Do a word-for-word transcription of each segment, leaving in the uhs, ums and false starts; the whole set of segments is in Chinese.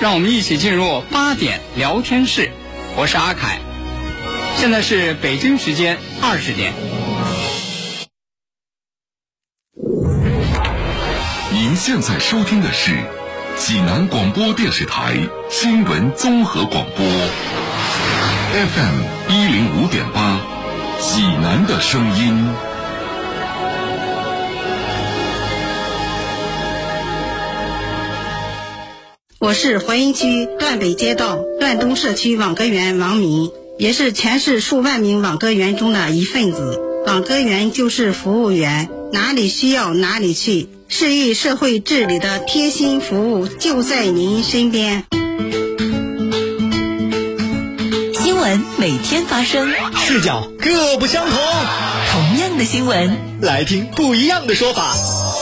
让我们一起进入八点聊天室。我是阿凯，现在是北京时间二十点。 您现在收听的是济南广播电视台新闻综合广播 F M 一零五点八，济南的声音。 我是淮阴区段北街道段东社区网歌员王敏，也是全市数万名网歌员中的一份子。网歌员就是服务员，哪里需要哪里去，市域社会治理的贴心服务就在您身边。 新闻每天发生， 视角各不相同， 同样的新闻， 来听不一样的说法。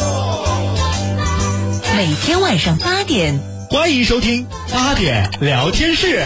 每天晚上八点， 欢迎收听八点聊天室。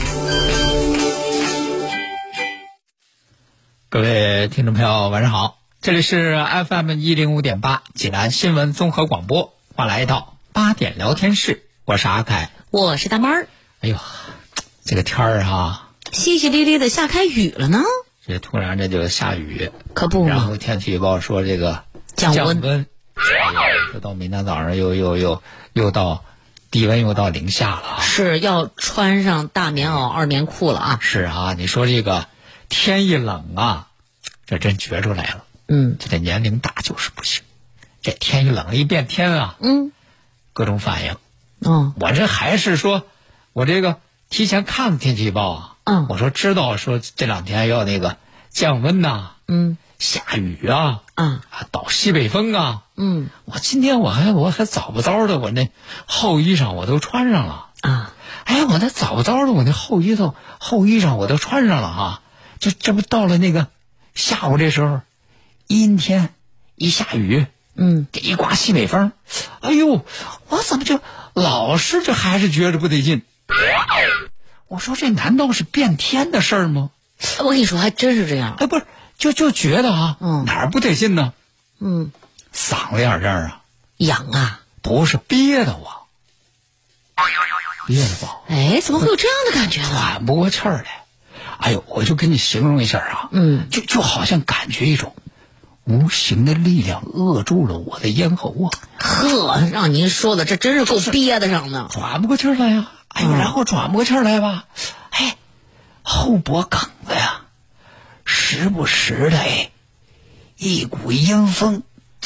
各位听众朋友晚上好，这里是 F M 一零五点八济南新闻综合广播，欢迎来到八点聊天室，我是阿凯， 我是大妹儿。 哎呦，这个天儿啊， 淅淅沥沥的下开雨了呢， 这突然这就下雨， 可不嘛。 然后天气预报说这个降温， 降温，说到明天早上又又又又到低温又到零下了， 是要穿上大棉袄二棉裤了啊。 是啊，你说这个天一冷啊，这真觉出来了。 嗯， 这年龄大就是不行，这天一冷一变天啊， 嗯， 各种反应。 哦， 我这还是说我这个提前看了天气预报啊， 嗯， 我说知道说这两天要那个降温呐、啊， 嗯， 下雨啊， 啊啊倒西北风啊， 嗯， 我今天我还我还早不早的，我那厚衣裳我都穿上了啊， 哎，我那早不早的我那厚衣服厚衣裳我都穿上了哈，就这不到了那个下午这时候，阴天一下雨， 嗯， 这一刮西北风，哎呦，我怎么就老是这还是觉着不得劲？我说这难道是变天的事儿吗？ 我跟你说还真是这样。 哎，不是，就就觉得啊， 嗯， 哪儿不得劲呢？ 嗯， 嗓子眼儿这儿啊， 痒啊， 不是憋得慌，憋得慌。 哎，怎么会有这样的感觉呢？ 喘不过气儿来。哎呦，我就跟你形容一下啊， 嗯， 就就好像感觉一种无形的力量扼住了我的咽喉啊！ 呵，让您说的这真是够憋得上的， 喘不过气儿来呀！哎呦， 嗯、 然后喘不过气儿来吧，哎，后脖梗子呀，时不时的哎，一股阴风，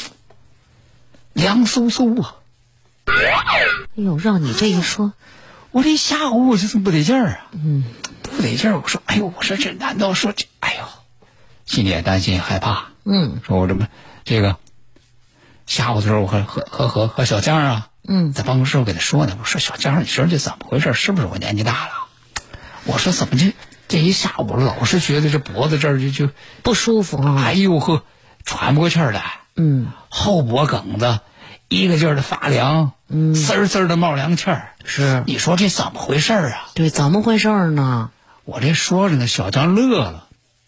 凉飕飕啊！ 哎呦，让你这一说， 我这下午我就是不得劲儿啊， 嗯， 不得劲儿。我说，哎呦，我说这难道说这，哎呦，心里也担心害怕， 嗯， 说我这么这个下午的时候，我和和和和和小江啊， 嗯， 在办公室我给他说呢，我说小江，你说这怎么回事？是不是我年纪大了？我说怎么这这一下午老是觉得这脖子这儿就就不舒服啊？ 哎呦呵，喘不过气儿来， 嗯， 后脖梗子一个劲儿的发凉， 嗯， 丝儿丝儿的冒凉气儿。 是， 你说这怎么回事啊？ 对，怎么回事呢？ 我这说着呢，小张乐了。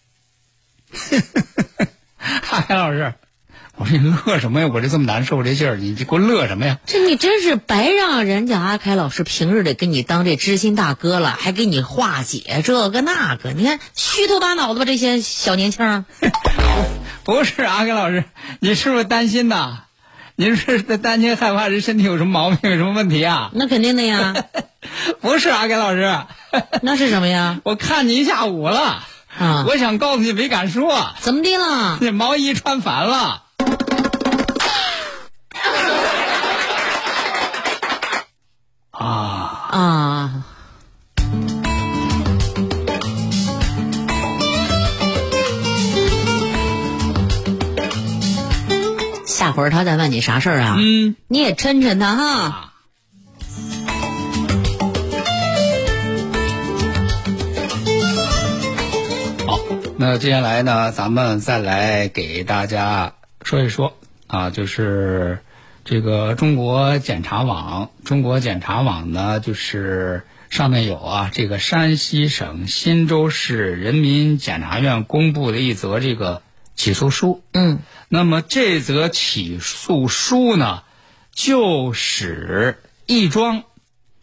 海老师，我说你乐什么呀？我这这么难受这劲儿，你给我乐什么呀？ 这你真是白让人家阿凯老师平日得跟你当这知心大哥了，还给你化解这个那个，你看虚头巴脑的吧这些小年轻儿。 不是阿凯老师，你是不是担心呐？您是担心害怕人身体有什么毛病有什么问题啊？ 那肯定的呀。 不是阿凯老师， 那是什么呀？ 我看你一下午了啊， 我想告诉你没敢说。 怎么的了？ 这毛衣穿反了。啊啊！下回他再问你啥事儿啊？ 嗯， 你也抻抻他哈。 好，那接下来呢，咱们再来给大家说一说啊，就是这个中国检察网，中国检察网呢，就是上面有啊，这个山西省忻州市人民检察院公布的一则这个起诉书。 嗯， 那么这则起诉书呢，就使一桩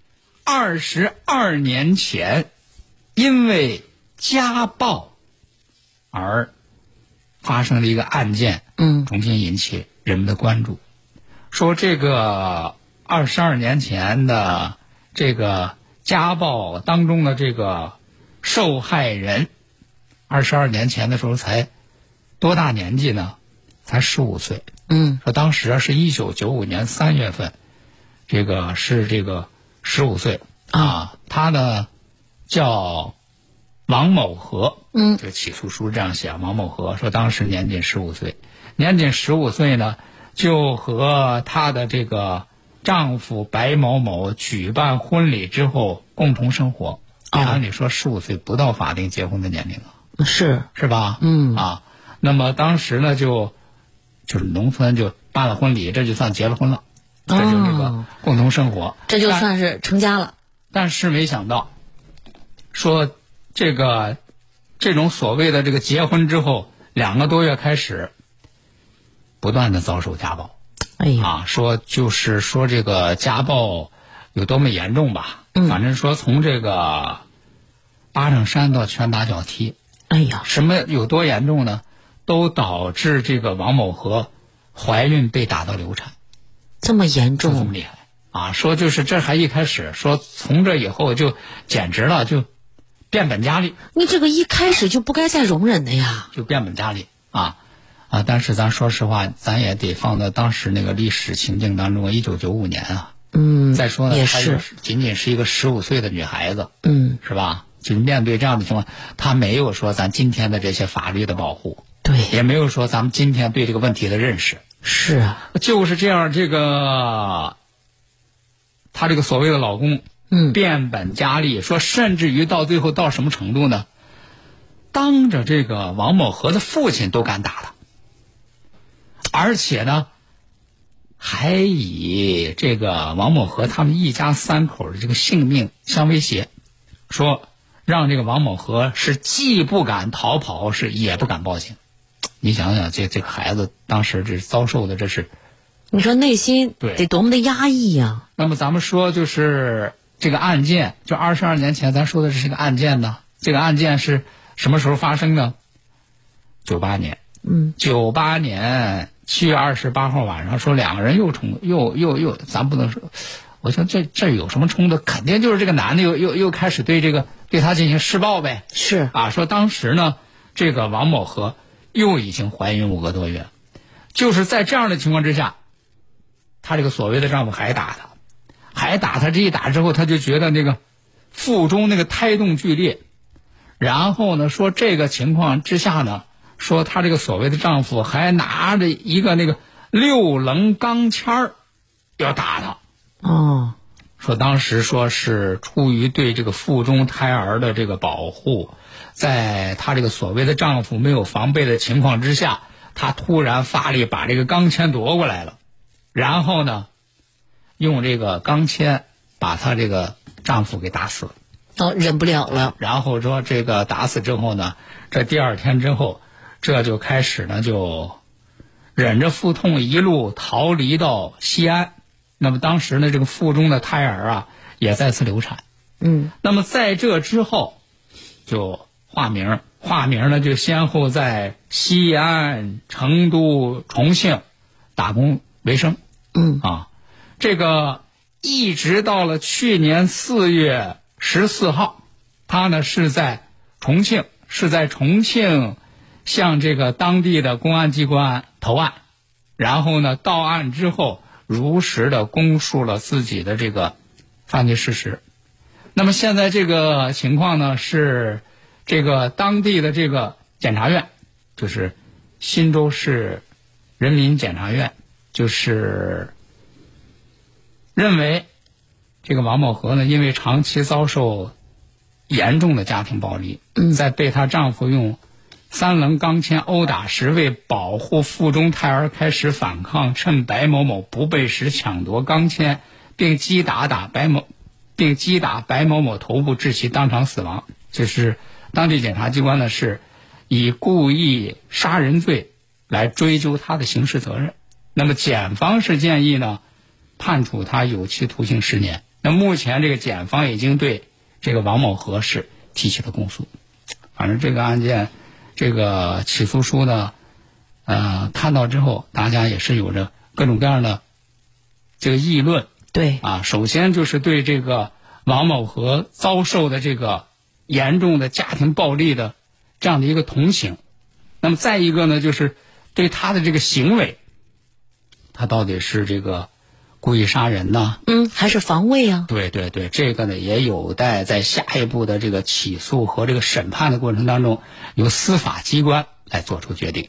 二十二年前因为家暴而发生了一个案件， 嗯， 重新引起人们的关注。说这个二十二年前的这个家暴当中的这个受害人，二十二年前的时候才多大年纪呢？才十五岁。 嗯， 说当时啊是一九九五年三月份，这个是这个十五岁啊，他呢叫王某和。 嗯， 这个起诉书这样写，王某和说当时年仅十五岁，年仅十五岁呢，就和她的这个丈夫白某某举办婚礼之后共同生活。按理说十五岁不到法定结婚的年龄啊， 是是吧？ 嗯啊，那么当时呢就就是农村就办了婚礼，这就算结了婚了，这就是这个共同生活， 这就算是成家了。 但是没想到，说这个这种所谓的这个结婚之后两个多月开始，不断的遭受家暴。 哎呀， 啊，说就是说这个家暴有多么严重吧？嗯，反正说从这个巴掌扇到拳打脚踢。 哎呀， 什么有多严重呢？都导致这个王某和怀孕被打到流产。 这么严重？ 这么厉害啊！说就是这还一开始说从这以后就简直了，就变本加厉。 你这个一开始就不该再容忍的呀！ 就变本加厉啊啊！但是咱说实话，咱也得放在当时那个历史情境当中。一九九五年啊， 嗯， 再说呢， 也她是仅仅是一个十五岁的女孩子， 嗯， 是吧？就是面对这样的情况，她没有说咱今天的这些法律的保护， 对， 也没有说咱们今天对这个问题的认识。 是啊， 就是这样，这个她这个所谓的老公， 嗯， 变本加厉，说甚至于到最后到什么程度呢？当着这个王某和的父亲都敢打他，而且呢，还以这个王某和他们一家三口的这个性命相威胁，说让这个王某和是既不敢逃跑，是也不敢报警。你想想，这这个孩子当时这遭受的这是， 你说内心得多么的压抑呀！ 那么咱们说，就是这个案件，就二十二年前咱说的这是个案件呢。这个案件是什么时候发生呢？九八年。 嗯， 九八年七月二十八号晚上，说两个人又冲又又又，咱不能说，我想这这有什么冲突？肯定就是这个男的又又又开始对这个对他进行施暴呗。 是啊，说当时呢，这个王某和又已经怀孕五个多月，就是在这样的情况之下，她这个所谓的丈夫还打她，还打她，这一打之后，她就觉得那个腹中那个胎动剧烈，然后呢，说这个情况之下呢，说她这个所谓的丈夫还拿着一个那个六棱钢签儿要打她。 哦， 说当时说是出于对这个腹中胎儿的这个保护，在她这个所谓的丈夫没有防备的情况之下，她突然发力把这个钢签夺过来了，然后呢，用这个钢签把她这个丈夫给打死了。 哦，忍不了了。 然后说这个打死之后呢，这第二天之后，这就开始呢就忍着腹痛一路逃离到西安。那么当时呢，这个腹中的胎儿啊也再次流产。 嗯， 那么在这之后，就化名，化名呢就先后在西安、成都、重庆打工为生。 嗯啊，这个一直到了去年四月十四号，他呢是在重庆，是在重庆向这个当地的公安机关投案，然后呢到案之后，如实的供述了自己的这个犯罪事实。那么现在这个情况呢是，这个当地的这个检察院，就是忻州市人民检察院，就是认为这个王某和呢，因为长期遭受严重的家庭暴力，在被她丈夫用三棱钢签殴打时，为保护腹中胎儿开始反抗，趁白某某不备时抢夺钢签，并击打打白某，并击打白某某头部，致其当场死亡。这是当地检察机关呢是以故意杀人罪来追究他的刑事责任。那么检方是建议呢，判处他有期徒刑十年， 那目前这个检方已经对这个王某和是提起了公诉。反正这个案件，这个起诉书呢，呃，看到之后，大家也是有着各种各样的这个议论。 对啊，首先就是对这个王某和遭受的这个严重的家庭暴力的这样的一个同情。那么再一个呢，就是对他的这个行为，他到底是这个故意杀人呢？ 嗯，还是防卫啊？ 对对对，这个呢也有待在下一步的这个起诉和这个审判的过程当中，由司法机关来做出决定。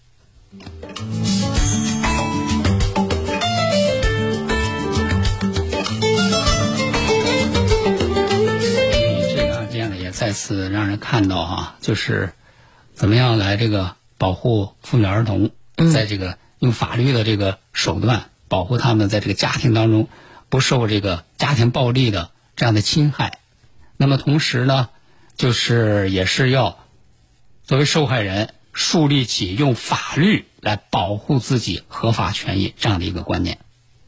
这个案件呢也再次让人看到啊，就是怎么样来这个保护妇女儿童，在这个用法律的这个手段保护他们在这个家庭当中不受这个家庭暴力的这样的侵害。那么同时呢，就是也是要作为受害人树立起用法律来保护自己合法权益这样的一个观念。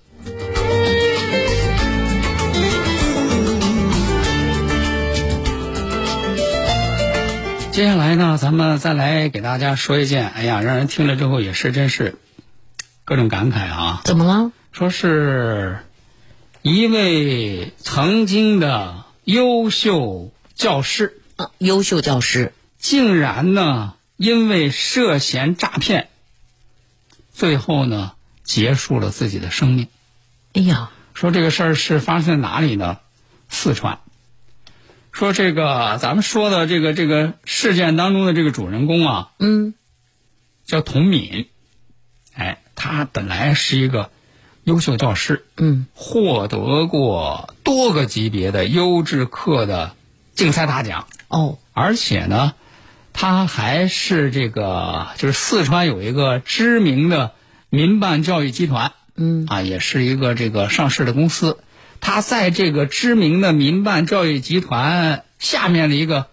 接下来呢，咱们再来给大家说一件，哎呀，让人听了之后也是真是各种感慨啊。 怎么了？ 说是一位曾经的优秀教师， 啊，优秀教师竟然呢因为涉嫌诈骗，最后呢结束了自己的生命。 哎呀， 说这个事儿是发生在哪里呢？四川。说这个咱们说的这个这个事件当中的这个主人公啊， 嗯， 叫童敏。哎，他本来是一个优秀教师， 嗯， 获得过多个级别的优质课的竞赛大奖。 哦， 而且呢，他还是这个就是四川有一个知名的民办教育集团， 嗯， 啊，也是一个这个上市的公司。他在这个知名的民办教育集团下面的一个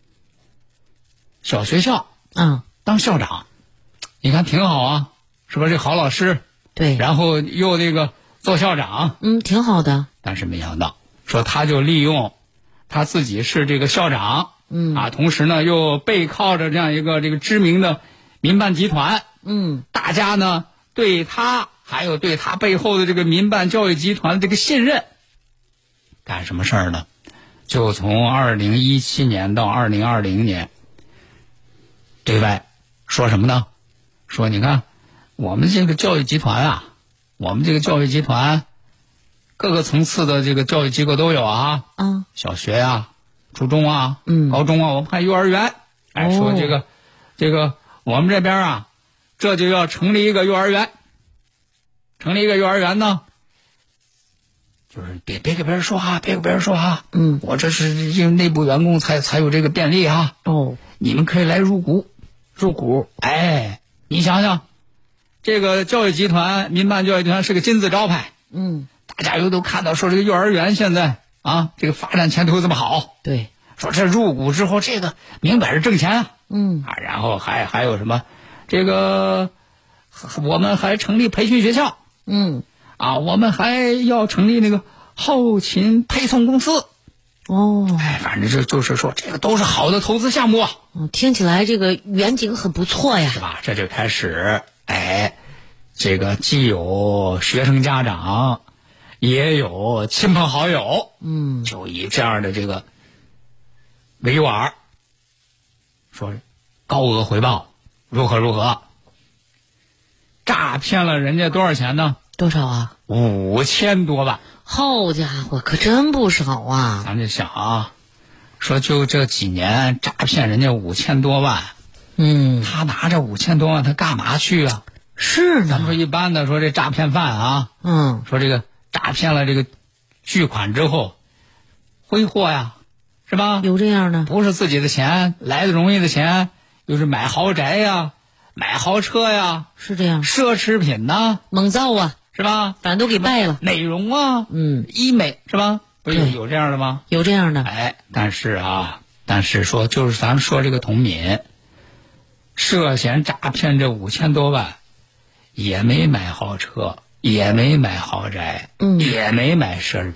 小学校， 啊， 当校长，你看挺好啊，是吧？这好老师， 对， 然后又那个做校长， 嗯，挺好的。 但是没想到，说他就利用他自己是这个校长， 嗯啊，同时呢又背靠着这样一个这个知名的民办集团， 嗯， 大家呢对他还有对他背后的这个民办教育集团的这个信任，干什么事儿呢？就从二零一七年到二零二零年，对外说什么呢？说你看我们这个教育集团啊，我们这个教育集团各个层次的这个教育机构都有啊， 啊， 小学啊、初中啊、 嗯高中啊，我们还幼儿园。哎， 哦说这个这个我们这边啊，这就要成立一个幼儿园。成立一个幼儿园呢，就是别别给别人说啊，别给别人说啊。 嗯， 我这是因为内部员工才才有这个便利啊。 哦， 你们可以来入股，入股。哎，你想想，这个教育集团、民办教育集团是个金字招牌。 嗯， 大家又都看到说这个幼儿园现在啊，这个发展前途这么好。 对， 说这入股之后，这个明摆着挣钱啊。 嗯啊，然后还还有什么，这个我们还成立培训学校。 嗯， 啊，我们还要成立那个后勤配送公司。 哦， 哎，反正就就是说，这个都是好的投资项目啊， 嗯听起来这个远景很不错呀。 是吧？这就开始，哎，这个既有学生家长，也有亲朋好友， 嗯， 就以这样的这个为诱说高额回报如何如何，诈骗了人家多少钱呢？ 多少啊？ 五千多万。 好家伙，可真不少啊！ 咱就想啊，说就这几年诈骗人家五千多万， 嗯， 他拿着五千多万他干嘛去啊？ 是咱们说呢， 一般的说这诈骗犯啊， 嗯， 说这个诈骗了这个巨款之后挥霍呀，是吧？ 有这样的， 不是自己的钱，来的容易的钱，又是买豪宅呀、买豪车呀、 是这样， 奢侈品呐、 猛造啊， 是吧？ 反正都给败了。 美容啊， 嗯， 医美是吧？不是有对有这样的吗？ 有这样的， 哎，但是啊，但是说就是咱们说这个童敏涉嫌诈骗这五千多万，也没买豪车，也没买豪宅， 嗯也没买奢侈品，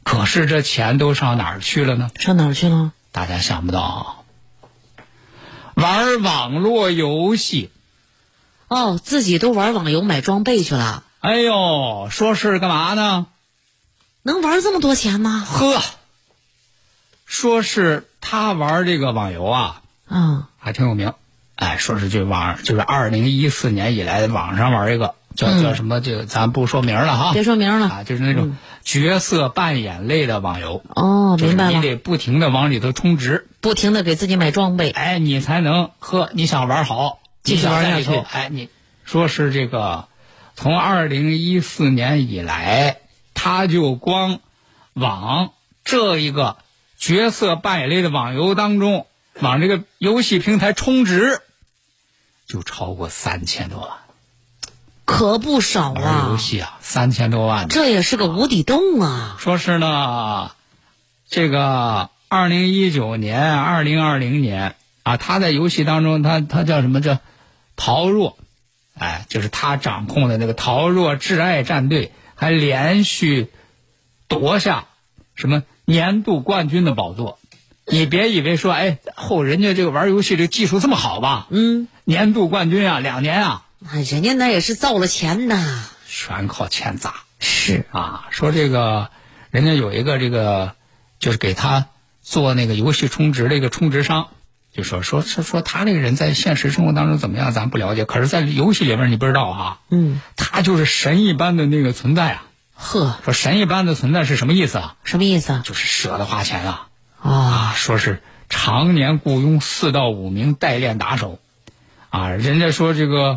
可是这钱都上哪儿去了呢？ 上哪儿去了？ 大家想不到，玩网络游戏。 哦，自己都玩网游买装备去了。 哎呦，说是干嘛呢？ 能玩这么多钱吗？ 呵，说是他玩这个网游啊， 嗯， 还挺有名。哎，说是这网就是二零一四年以来网上玩一个叫、嗯、叫什么，这个咱不说名了哈， 别说名了啊，就是那种角色扮演类的网游。 哦，明白了， 你得不停的往里头充值， 不停的给自己买装备， 哎，你才能呵，你想玩好， 继续玩下去。 哎，你说是这个，从二零一四年以来，他就光往这一个角色扮演类的网游当中，往这个游戏平台充值，就超过三千多万， 可不少啊！ 玩游戏啊，三千多万， 这也是个无底洞啊！ 说是呢，这个二零一九年、二零二零年啊，他在游戏当中，他他叫什么叫陶若，哎，就是他掌控的那个陶若挚爱战队，还连续夺下什么年度冠军的宝座。你别以为说，哎，后人家这个玩游戏这个技术这么好吧？ 嗯， 年度冠军啊，两年啊， 人家那也是造了钱的， 全靠钱砸。 是啊，说这个人家有一个这个，就是给他做那个游戏充值的一个充值商，就说说说说他这个人在现实生活当中怎么样，咱不了解，可是在游戏里边你不知道啊， 嗯， 他就是神一般的那个存在啊。 呵， 说神一般的存在是什么意思啊？ 什么意思啊？ 就是舍得花钱啊。 啊， 说是常年雇佣四到五名代练打手，啊，人家说这个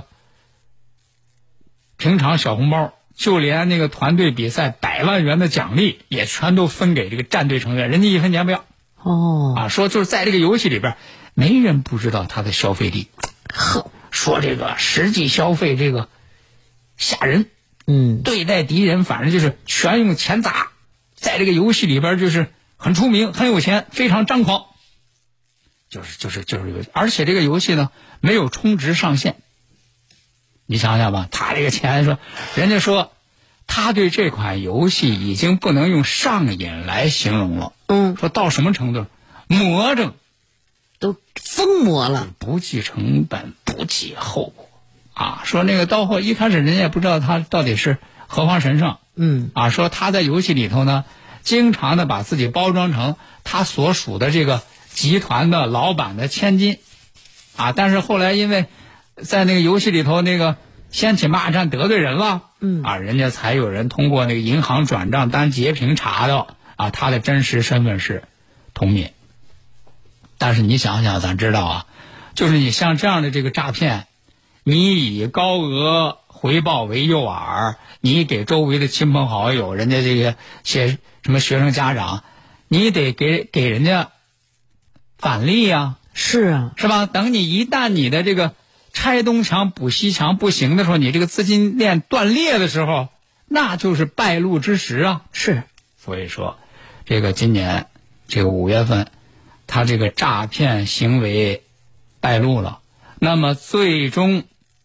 平常小红包，就连那个团队比赛百万元的奖励也全都分给这个战队成员，人家一分钱不要。 哦， 啊，说就是在这个游戏里边，没人不知道他的消费力。 呵， 说这个实际消费这个吓人， 嗯， 对待敌人反正就是全用钱砸，在这个游戏里边就是很出名，很有钱，非常张狂。就是就是就是游戏，而且这个游戏呢没有充值上限。你想想吧，他这个钱说，人家说他对这款游戏已经不能用上瘾来形容了。 嗯， 说到什么程度？魔怔， 都疯魔了， 不计成本，不计后果啊！说那个到后一开始人家也不知道他到底是何方神圣。 嗯， 啊，说他在游戏里头呢，经常的把自己包装成他所属的这个集团的老板的千金，啊，但是后来因为在那个游戏里头那个掀起骂战得罪人了， 嗯， 啊，人家才有人通过那个银行转账单截屏查到啊，他的真实身份是童敏。但是你想想，咱知道啊，就是你像这样的这个诈骗，你以高额回报为诱饵，你给周围的亲朋好友，人家这个些什么学生家长，你得给给人家返利啊， 是啊， 是吧？等你一旦你的这个拆东墙补西墙不行的时候，你这个资金链断裂的时候，那就是败露之时啊。 是， 所以说，这个今年这个五月份，他这个诈骗行为败露了，那么最终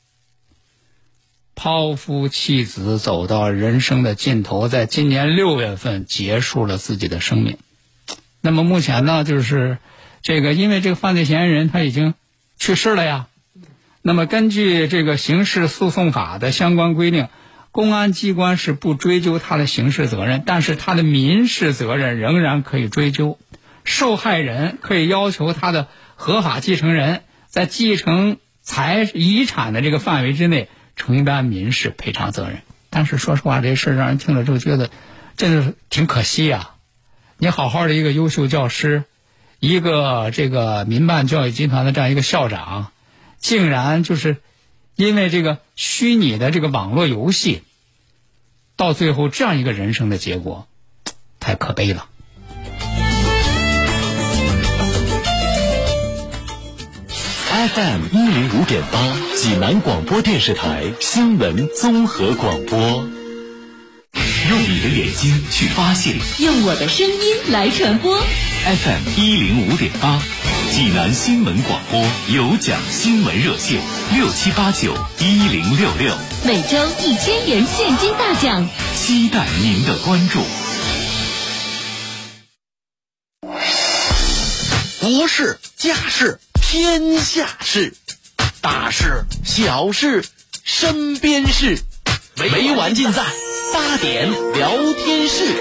抛夫弃子，走到人生的尽头，在今年六月份结束了自己的生命。那么目前呢，就是这个因为这个犯罪嫌疑人他已经去世了呀。那么根据这个刑事诉讼法的相关规定，公安机关是不追究他的刑事责任，但是他的民事责任仍然可以追究。受害人可以要求他的合法继承人在继承财遗产的这个范围之内承担民事赔偿责任。但是说实话，这事让人听了之后觉得真的是挺可惜呀。你好好的一个优秀教师，一个这个民办教育集团的这样一个校长，竟然就是因为这个虚拟的这个网络游戏，到最后这样一个人生的结果，太可悲了。 F M 一零五点八，济南广播电视台新闻综合广播。 用你的眼睛去发现， 用我的声音来传播。 F M 一零五点八，济南新闻广播有奖新闻热线六七八九一零六六， 每周一千元现金大奖， 期待您的关注。 国事、家事、天下事，大事、小事、身边事，每晚尽在八点聊天室。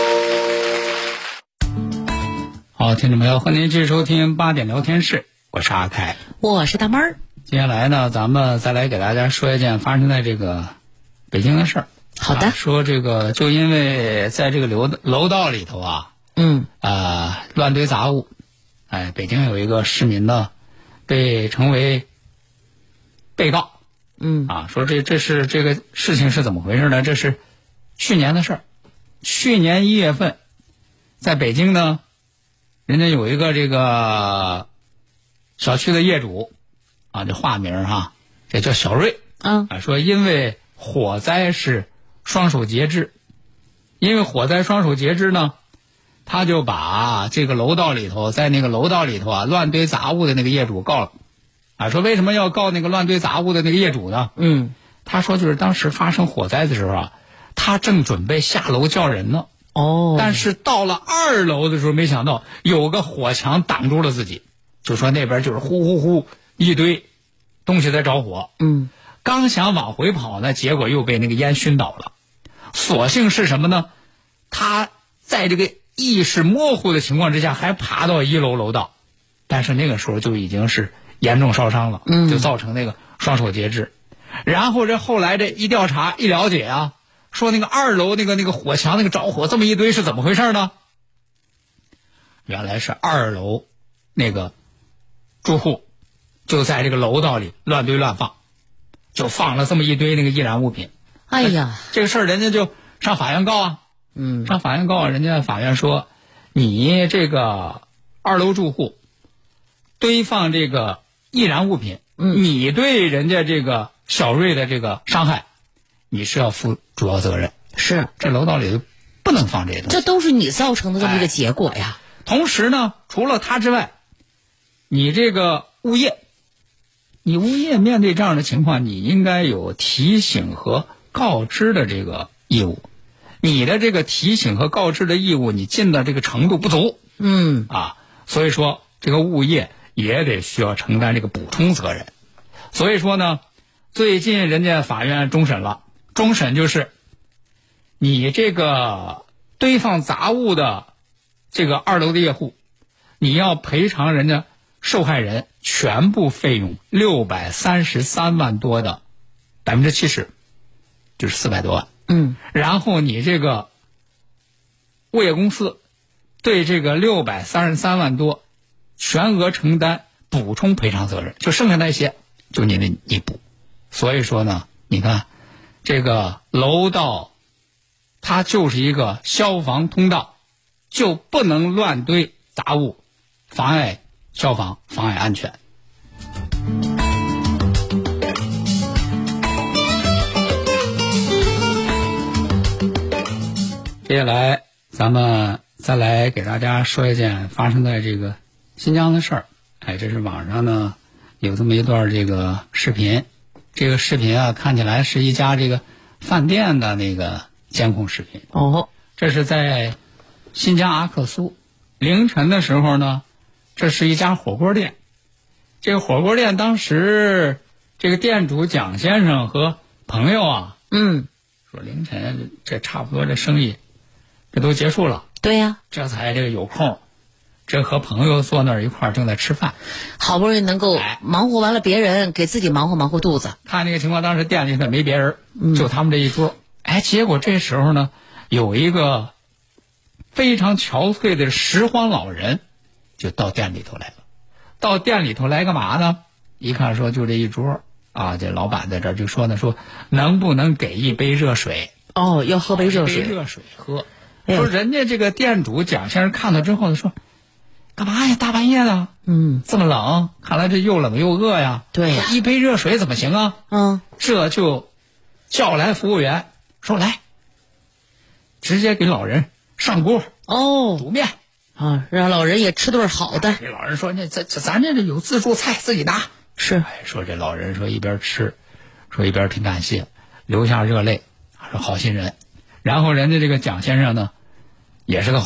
好，听众朋友，欢迎您继续收听八点聊天室，我是阿凯， 我是大妹儿。 接下来呢，咱们再来给大家说一件发生在这个北京的事儿。 好的、 啊，说这个就因为在这个楼楼道里头啊， 嗯啊、呃、乱堆杂物，哎，北京有一个市民呢被称为被告， 嗯啊，说这这是这个事情是怎么回事呢？这是去年的事儿，去年一月份，在北京呢，人家有一个这个小区的业主啊，这化名哈、啊，这叫小瑞啊， 啊，说因为火灾是双手截肢，因为火灾双手截肢呢，他就把这个楼道里头，在那个楼道里头啊乱堆杂物的那个业主告了，啊，说为什么要告那个乱堆杂物的那个业主呢？ 嗯， 他说就是当时发生火灾的时候啊，他正准备下楼叫人呢， 哦， 但是到了二楼的时候，没想到有个火墙挡住了自己，就说那边就是呼呼呼一堆东西在着火， 嗯， 刚想往回跑呢，结果又被那个烟熏倒了。所幸是什么呢？他在这个意识模糊的情况之下，还爬到一楼楼道，但是那个时候就已经是严重烧伤了， 嗯， 就造成那个双手截肢。然后这后来这一调查一了解啊，说那个二楼那个那个火墙那个着火这么一堆是怎么回事呢？原来是二楼那个住户就在这个楼道里乱堆乱放，就放了这么一堆那个易燃物品。 哎呀， 这个事儿人家就上法院告啊， 嗯， 上法院告，人家法院说，你这个二楼住户堆放这个易燃物品， 嗯， 你对人家这个小瑞的这个伤害，你是要负主要责任。 是， 这楼道里不能放这些东西， 这都是你造成的这么一个结果呀。 哎、同时呢，除了他之外，你这个物业，你物业面对这样的情况，你应该有提醒和告知的这个义务。你的这个提醒和告知的义务，你尽的这个程度不足， 嗯啊，所以说这个物业也得需要承担这个补充责任。所以说呢，最近人家法院终审了，终审就是你这个堆放杂物的这个二楼的业户，你要赔偿人家受害人全部费用六百三十三万多的百分之七十，就是四百多万。 嗯， 然后你这个物业公司对这个六百三十三万多全额承担补充赔偿责任，就剩下那些就你得你补。所以说呢，你看这个楼道它就是一个消防通道，就不能乱堆杂物，妨碍消防，妨碍安全。接下来咱们再来给大家说一件发生在这个新疆的事儿。哎，这是网上呢有这么一段这个视频，这个视频啊看起来是一家这个饭店的那个监控视频。 哦， 这是在新疆阿克苏凌晨的时候呢，这是一家火锅店。这个火锅店当时这个店主蒋先生和朋友啊， 嗯， 说凌晨这差不多这生意这都结束了， 对呀、啊， 这才这个有空，这和朋友坐那儿一块儿正在吃饭， 好不容易能够忙活完了别人，给自己忙活忙活肚子。 看那个情况，当时店里头没别人，就他们这一桌。哎，结果这时候呢，有一个非常憔悴的拾荒老人就到店里头来了。到店里头来干嘛呢？一看说就这一桌啊，这老板在这儿就说呢，说能不能给一杯热水？ 哦，要喝杯热水， 杯热水喝。说人家这个店主蒋先生看到之后呢，说干嘛呀？大半夜的， 嗯， 这么冷，看来这又冷又饿呀。 对呀， 一杯热水怎么行啊？ 嗯， 这就叫来服务员，说来，直接给老人上锅哦， 煮面啊，让老人也吃顿好的。 这老人说：“那这这咱这有自助菜，自己拿。” 是， 哎，说这老人说一边吃，说一边挺感谢，流下热泪，说好心人。然后人家这个蒋先生呢，也是个好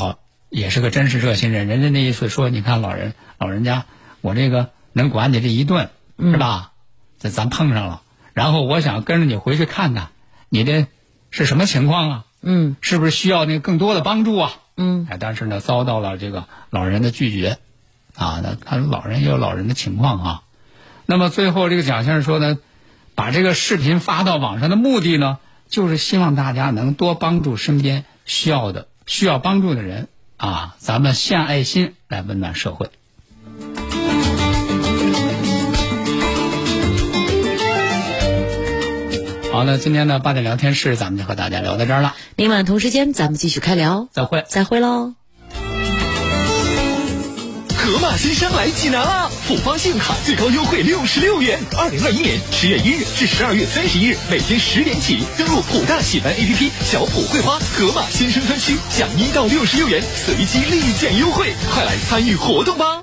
也是个真实热心人。人家那意思说，你看老人老人家，我这个能管你这一顿，是吧？这咱碰上了，然后我想跟着你回去看看，你这是什么情况啊？ 嗯， 是不是需要那个更多的帮助啊？ 嗯， 哎，但是呢，遭到了这个老人的拒绝，啊，那看老人也有老人的情况啊。那么最后这个蒋先生说呢，把这个视频发到网上的目的呢，就是希望大家能多帮助身边需要的、需要帮助的人啊，咱们献爱心来温暖社会。好，那今天的八点聊天室咱们就和大家聊到这儿了。 明晚同时间咱们继续开聊， 再会， 再会喽。 盒马新生来济南啦！普方信用卡最高优惠六十六元，二零二一年十月一日至十二月三十一日，每天十点起登录普大喜来 A P P 小普汇花盒马新生专区，享一到六十六元随机立减优惠，快来参与活动吧！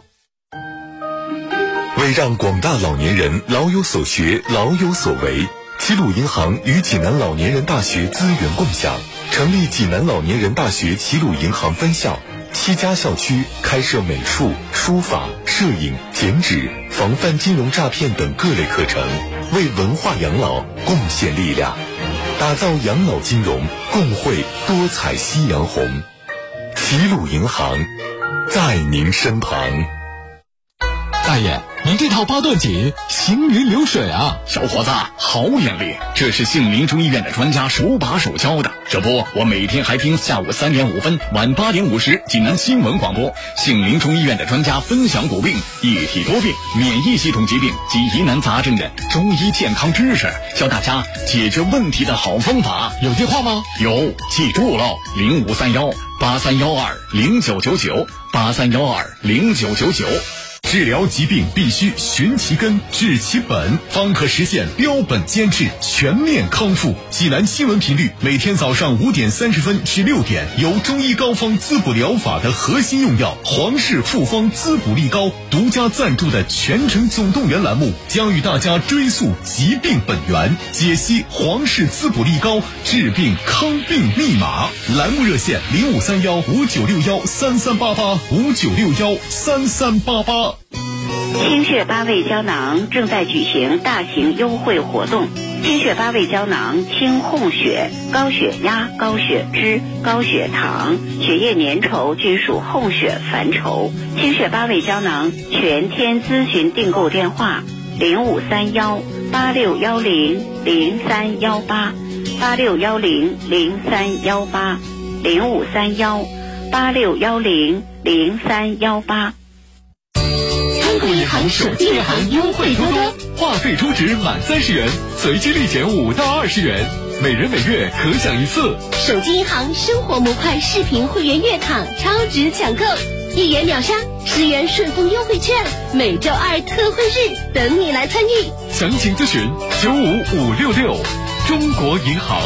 为让广大老年人老有所学、老有所为，齐鲁银行与济南老年人大学资源共享，成立济南老年人大学齐鲁银行分校。七家校区开设美术、书法、摄影、剪纸、防范金融诈骗等各类课程，为文化养老贡献力量，打造养老金融，共绘多彩夕阳红。齐鲁银行在您身旁。 大爷，您这套八段锦行云流水啊！ 小伙子，好眼力，这是杏林中医院的专家手把手教的。这不，我每天还听下午三点五分、晚八点五十济南新闻广播，杏林中医院的专家分享骨病、一体多病、免疫系统疾病及疑难杂症的中医健康知识，教大家解决问题的好方法。 有电话吗？ 有，记住了，零五三幺八三幺二零九九九八三幺二零九九九。 治疗疾病必须寻其根、治其本，方可实现标本兼治、全面康复。济南新闻频率每天早上五点三十分至六点，由中医膏方滋补疗法的核心用药皇氏复方滋补力膏独家赞助的全程总动员栏目，将与大家追溯疾病本源，解析皇氏滋补力膏治病康病密码。栏目热线零五三幺五九六幺三三八八五九六幺三三八八。 清血八味胶囊正在举行大型优惠活动。清血八味胶囊清烘血，高血压、高血脂、高血糖、血液粘稠均属烘血范畴。清血八味胶囊全天咨询订购电话零五三幺八六幺零零三幺八八六幺零零三幺八零五三幺八六幺零零三幺八。 中国银行手机银行优惠多多，话费充值满三十元，随机立减五到二十元，每人每月可享一次。 手机银行生活模块视频会员月卡超值抢购，一元秒杀，十元顺丰优惠券，每周二特惠日等你来参与。 详情咨询九五五六六。中国银行。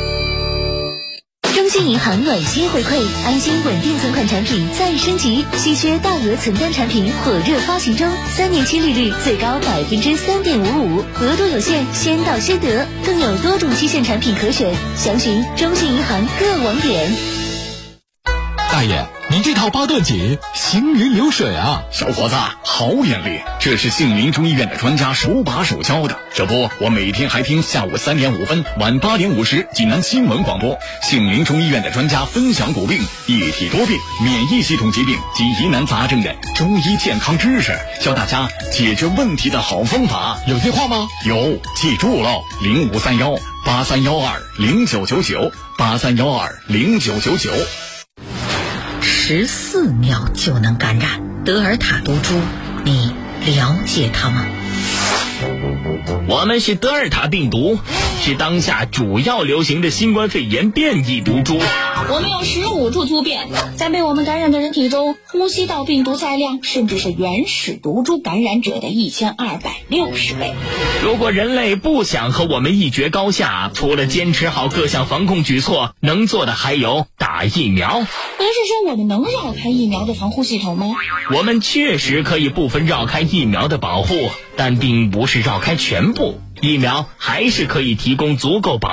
中信银行暖心回馈，安心稳定存款产品再升级，稀缺大额存单产品火热发行中，三年期利率最高百分之三点五五，额度有限，先到先得，更有多种期限产品可选，详询中信银行各网点。 大爷，您这套八段锦行云流水啊！ 小伙子，好眼力，这是杏林中医院的专家手把手教的。这不，我每天还听下午三点五分、晚八点五十济南新闻广播，杏林中医院的专家分享骨病、一体多病、免疫系统疾病及疑难杂症的中医健康知识，教大家解决问题的好方法。 有电话吗？ 有，记住了，零五三幺八三幺二零九九九八三幺二零九九九。 十四秒就能感染德尔塔毒株，你了解它吗？ 我们是德尔塔病毒，是当下主要流行的新冠肺炎变异毒株。 我们有十五处突变，在被我们感染的人体中，呼吸道病毒载量甚至是原始毒株感染者的一千二百六十倍。 如果人类不想和我们一决高下，除了坚持好各项防控举措，能做的还有打疫苗。 您是说我们能绕开疫苗的防护系统吗？ 我们确实可以部分绕开疫苗的保护，但并不是绕开全部。疫苗还是可以提供足够保